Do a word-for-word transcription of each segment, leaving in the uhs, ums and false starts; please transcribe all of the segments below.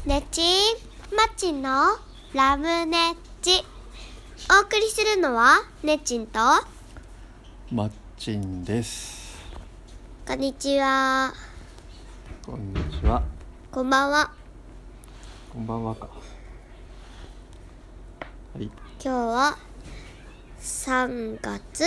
ねちんまちんのラムネッチ。お送りするのはねちんとまっちんです。 こんにちは。 こんにちは。 こんばんは。 こんばんはか。はい。 今日はさんがつ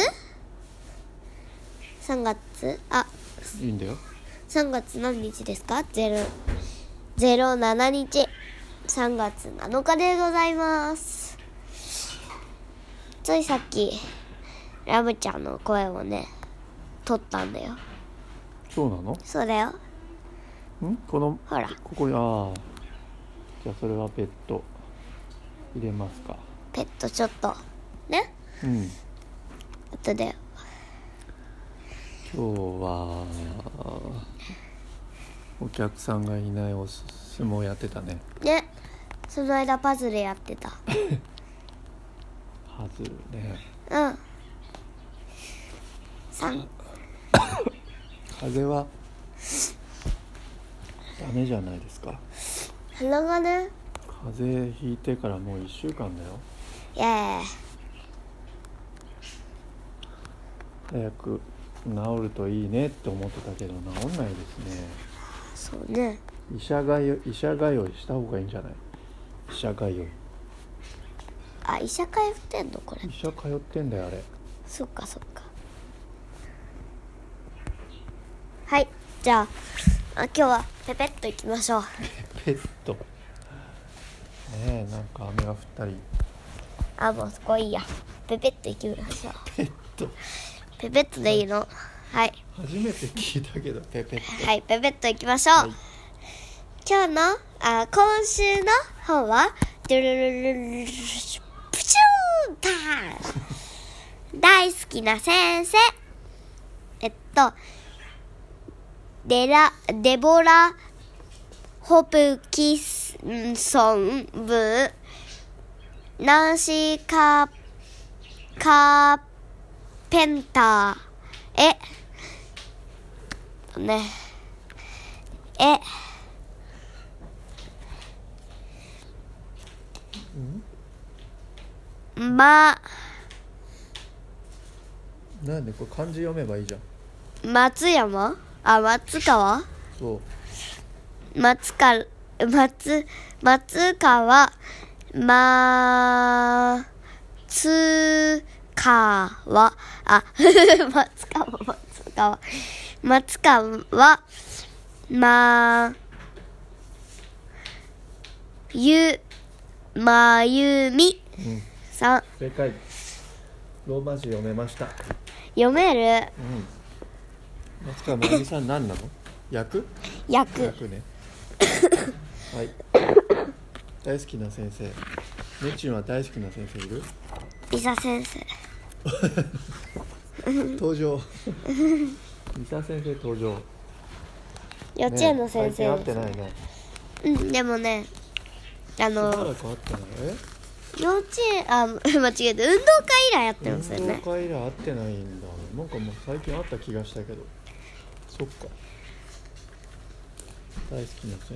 さんがつあいいんだよ。 さんがつ何日ですか？ゼロゼロななにちさんがつなのかでございます。ついさっきラムちゃんの声をね撮ったんだよ。 そうなの？ そうだよ。 んこのほらここに、ああ、じゃあそれはペット入れますか。 ペットちょっとね。 うんあとで今日はお客さんがいないお相撲やってたね。 ね、その間パズルやってた。 パズルね。 うん三風はダメじゃないですか。 鼻がね、 風邪ひいてからもういっしゅうかんだよ。 イエーイ。 早く治るといいねって思ってたけど治んないですね。 そうね。 医者がよ医者通いした方がいいんじゃない？医者通い。 あ、医者通ってんのこれ？ 医者通ってんだよあれ。 そっかそっか。はい、じゃあ、あ今日はペペッといきましょう。 ペットねえ、なんか雨が降ったり。 あ、もうそこいいや。ペペッといきましょう。 ペットペペッとでいいの？はい。 初めて聞いたけどペペット。 はい、ペペッといきましょう。 はい、 今日のあ今週の本はドゥルルルルルプチューンターン大好きな先生。えっとデラデボラ・ホプキンソン部ナンシー・カーカーペンターえねえまなんでこれ漢字読めばいいじゃん。 松山あ松川そう松か松松川まつかわあ松川松川松川まゆまゆみうんさん。 正解。ローマ字読めました。 読める。 うん松川まゆみさん何なの？役？ 役役ねはい。大好きな先生。ねちんは大好きな先生いる？ 伊佐先生登場伊佐先生登場。 幼稚園の先生、 ね、最近会ってないね。 うんでもねあのしばらく会ってない。え幼稚園あ間違えた運動会以来やってますよね。 運動会以来会ってないんだ。なんかもう最近会った気がしたけど。そっか。大好きな先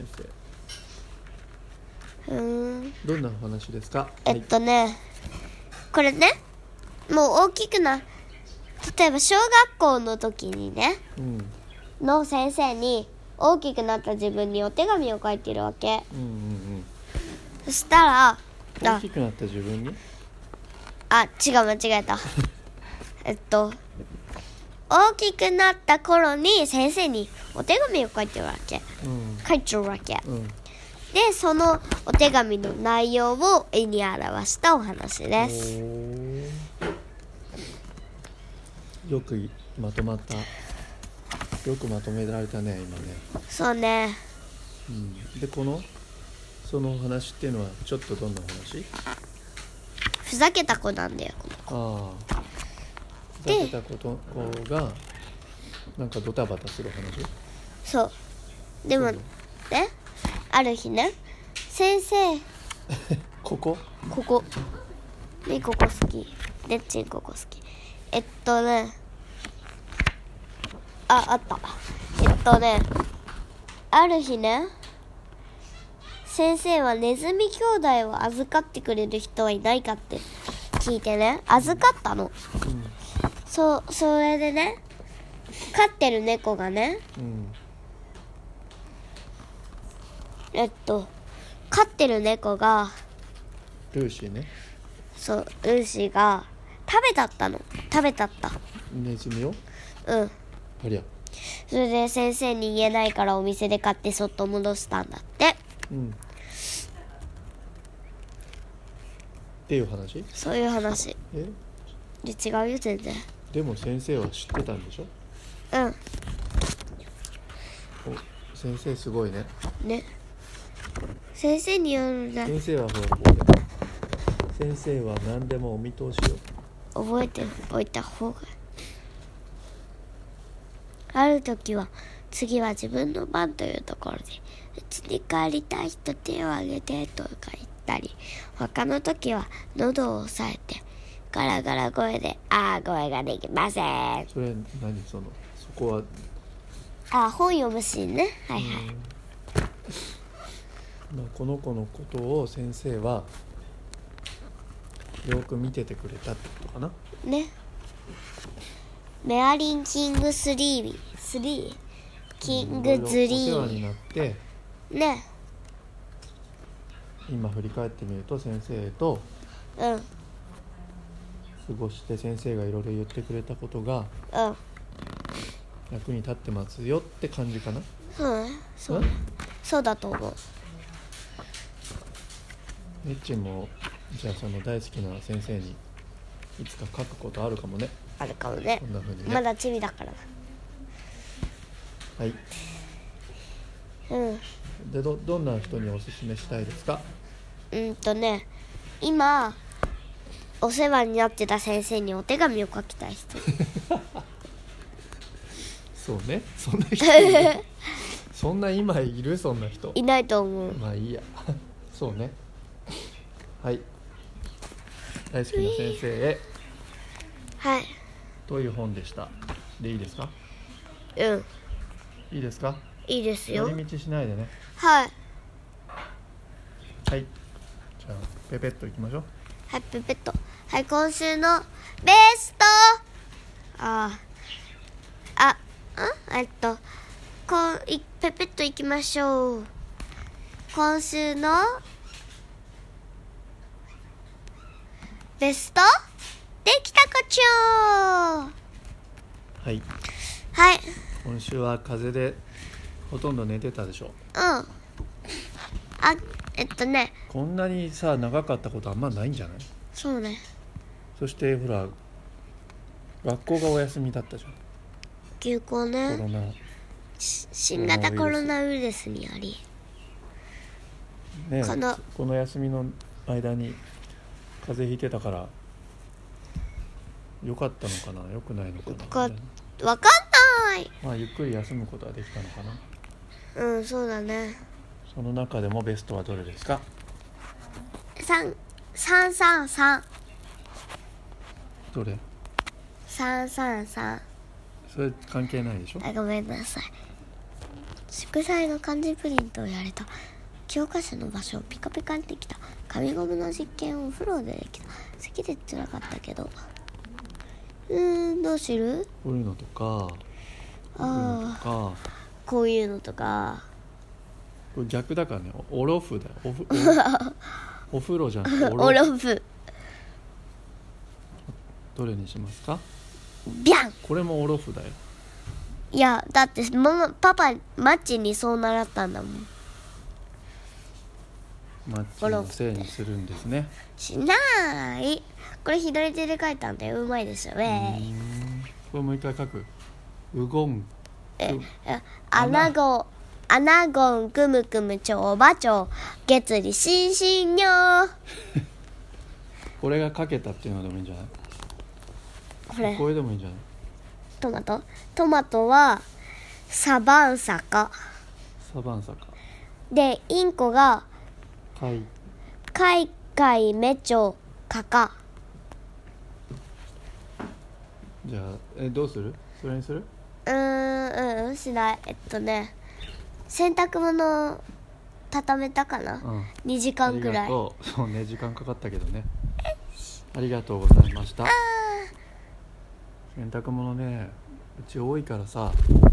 生。 うーんどんなお話ですか？ えっとね、はい、これねもう大きくな例えば小学校の時にね、 うん、 の先生に大きくなった自分にお手紙を書いてるわけ。 うんうんうん。 そしたら大きくなった自分にあ違う間違えたえっと大きくなった頃に先生にお手紙を書いてるわけ、 うん、 書いてるわけ、 うん、 でそのお手紙の内容を絵に表したお話です。 よくまとまったよくまとめられたね今ね。 そうね、 うん、でこのそのお話っていうのはちょっとどんなお話？ ふざけた子なんだよこの子。 ああ、ふざけた子と子がなんかドタバタする話？ そうでもねある日ね先生ここここねここ好きねっちんここ好きえっとねああったえっとねある日ね先生はネズミ兄弟を預かってくれる人はいないかって聞いてね、預かったの。 うんそう、それでね、飼ってる猫がね、 うんえっと飼ってる猫が、 ルーシーね。 そう、ルーシーが食べたったの。食べたった。 ネズミをうん。 ありゃ。 それで先生に言えないからお店で買ってそっと戻したんだって。 うんっていう話。 そういう話えで、違うよ全然。 でも先生は知ってたんでしょ。 うんお先生すごいね。 ね。先生によるな。 先生はほら先生は何でもお見通しよ。 覚えておいた方が。ある時は次は自分の番というところで、うちに帰りたい人手を挙げてとか言ったり、他の時は喉を押さえてガラガラ声で、ああ声ができません。 それ何そのそこは。 あ、本読むシーンね。はいはい。 まあ、この子のことを先生はよく見ててくれたってことかな。 ね。メアリンキングスリー、スリーキングズリいろいろお世話にーなってね。 今振り返ってみると先生とうんうん。 過ごして先生がいろいろ言ってくれたことが役に立ってますよって感じかな。 そうね。そううんそうだと思う。 エッチもじゃあその大好きな先生にいつか書くことあるかもね。 あるかもね。 こんな風にね。 まだチビだからはい。 な。うん。 で ど, どんな人におすすめしたいですか。 うんとね、今お世話になってた先生にお手紙を書きたい人。 そうね。そんな人いるそんな今いるそんな人。 いないと思う。 まあいいや。そうね。はい。大好きな先生へはい。 という本でした。でいいですか。 うん。 いいですか。 いいですよ。 寄り道しないでね。 はい。 はい。じゃあペペッといきましょう。 はい、ペペット。はい、今週のベスト。ああ。あ、えっと、こういペペットいきましょう。今週のベストできたこちょー。 はい。 はい。 今週は風邪でほとんど寝てたでしょ。 うん。あ、えっとね。 こんなにさ長かったことあんまないんじゃない。 そうね。 そしてほら学校がお休みだったじゃん。 休校コね。 ロナ新型コロナウイルスによりね。 このこの休みの間に風邪ひいてたから良かったのかな良くないのかな。 かわかんない。 まあゆっくり休むことはできたのかな。 うん、そうだね。 その中でもベストはどれですか。 三三三三どれ。 三三三。 それ関係ないでしょ。 あ、ごめんなさい。宿題の漢字プリントをやれた。教科書の場所をピカピカにできた。紙ゴムの実験をお風呂でできた。好きで辛かったけど、うーん、どうする。 こういうのとかこういうのとか。 こういうのとか。 これ逆だからね。オロフだよ。おふおお風呂じゃなくてオロオフ。 ロフどれにしますか。 ビャン。 これもオロフだよ。 いや、だってママパパマッチにそう習ったんだもん。 マッチのせいにするんですね。 しない。これ左手で書いたんだよ。うまいですよね。 これもう一回書く。ウゴンええアナゴアナゴンクムクムチョウバチョウ月利シンシンニョ。 これが書けたっていうのでもいいんじゃない。 これこれでもいいんじゃない。 トマトトマトはサバンサカサバンサカで、インコがカイカイカイメチョカカ。 じゃあえどうする。それにする。 うーん、うん、しない。えっとね洗濯物畳めたかな、 うん、 にじかんくらい。 ありがとう。そうね、時間かかったけどね。ありがとうございました。洗濯物ね、うち多いからさ、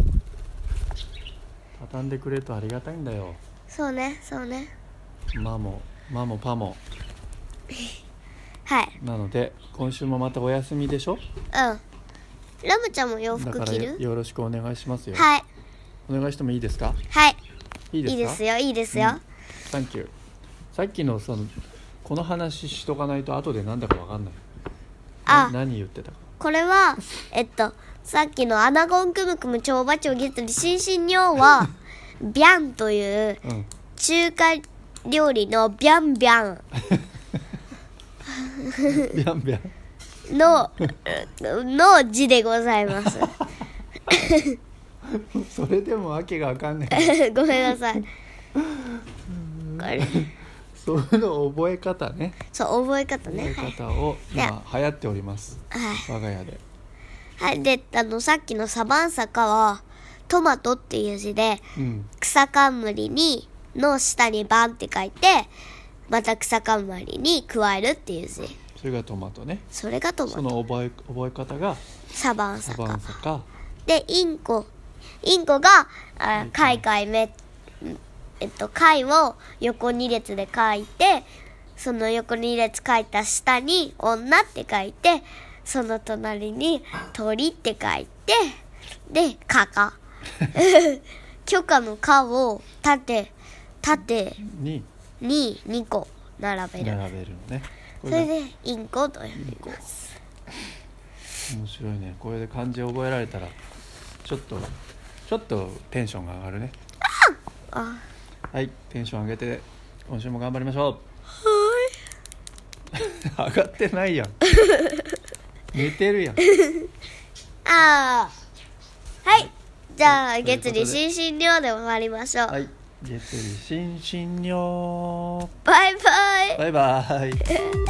畳んでくれるとありがたいんだよ。 そうねそうね。 マもマもパも。 はい。 なので今週もまたお休みでしょ。 うん。ラムちゃんも洋だから服着る？ よろしくお願いしますよ。 はいお願いしてもいいですか？ はいいいですか？ いいですよいいですよ、 うん、サンキュー。さっきのそのこの話しとかないと後でなんだかわかんない。 あ、 何言ってたか。 これはえっとさっきのアナゴンクムクムチョウバチョウゲットリシンシンニョウはビャンといううん中華料理のビャンビャンビャンビャンのの字でございますそれでもわけがわかんないごめんなさい。これそういうの覚え方ね。 そう覚え方ね。 覚え方を今流行っております、 はい我が家で。 はい、であのさっきのサバンサカはトマトっていう字で、 うん、 草冠にの下にバンって書いてまた草冠に加えるっていう字。 それがトマトね。 それがトマト。 その覚え覚え方がサバンサバサカンサか。 でインコインコがあ貝貝めえっと貝を横二列で書いて、その横二列書いた下に女って書いて、その隣に鳥って書いて、でカカ許可のカを縦縦にににこ並べる。 並べるのね。こそれれででインコと呼びます。 面白いね。これで漢字覚えられたらちょっとちょっとテンションが上がるね。 あ、 はい、テンション上げて今週も頑張りましょう。上がってないやん。寝てるやん。 あーはい、じゃあということで月利新診療で終わりましょう。 はい、月利新新尿。 バイバイ。 バイバイ。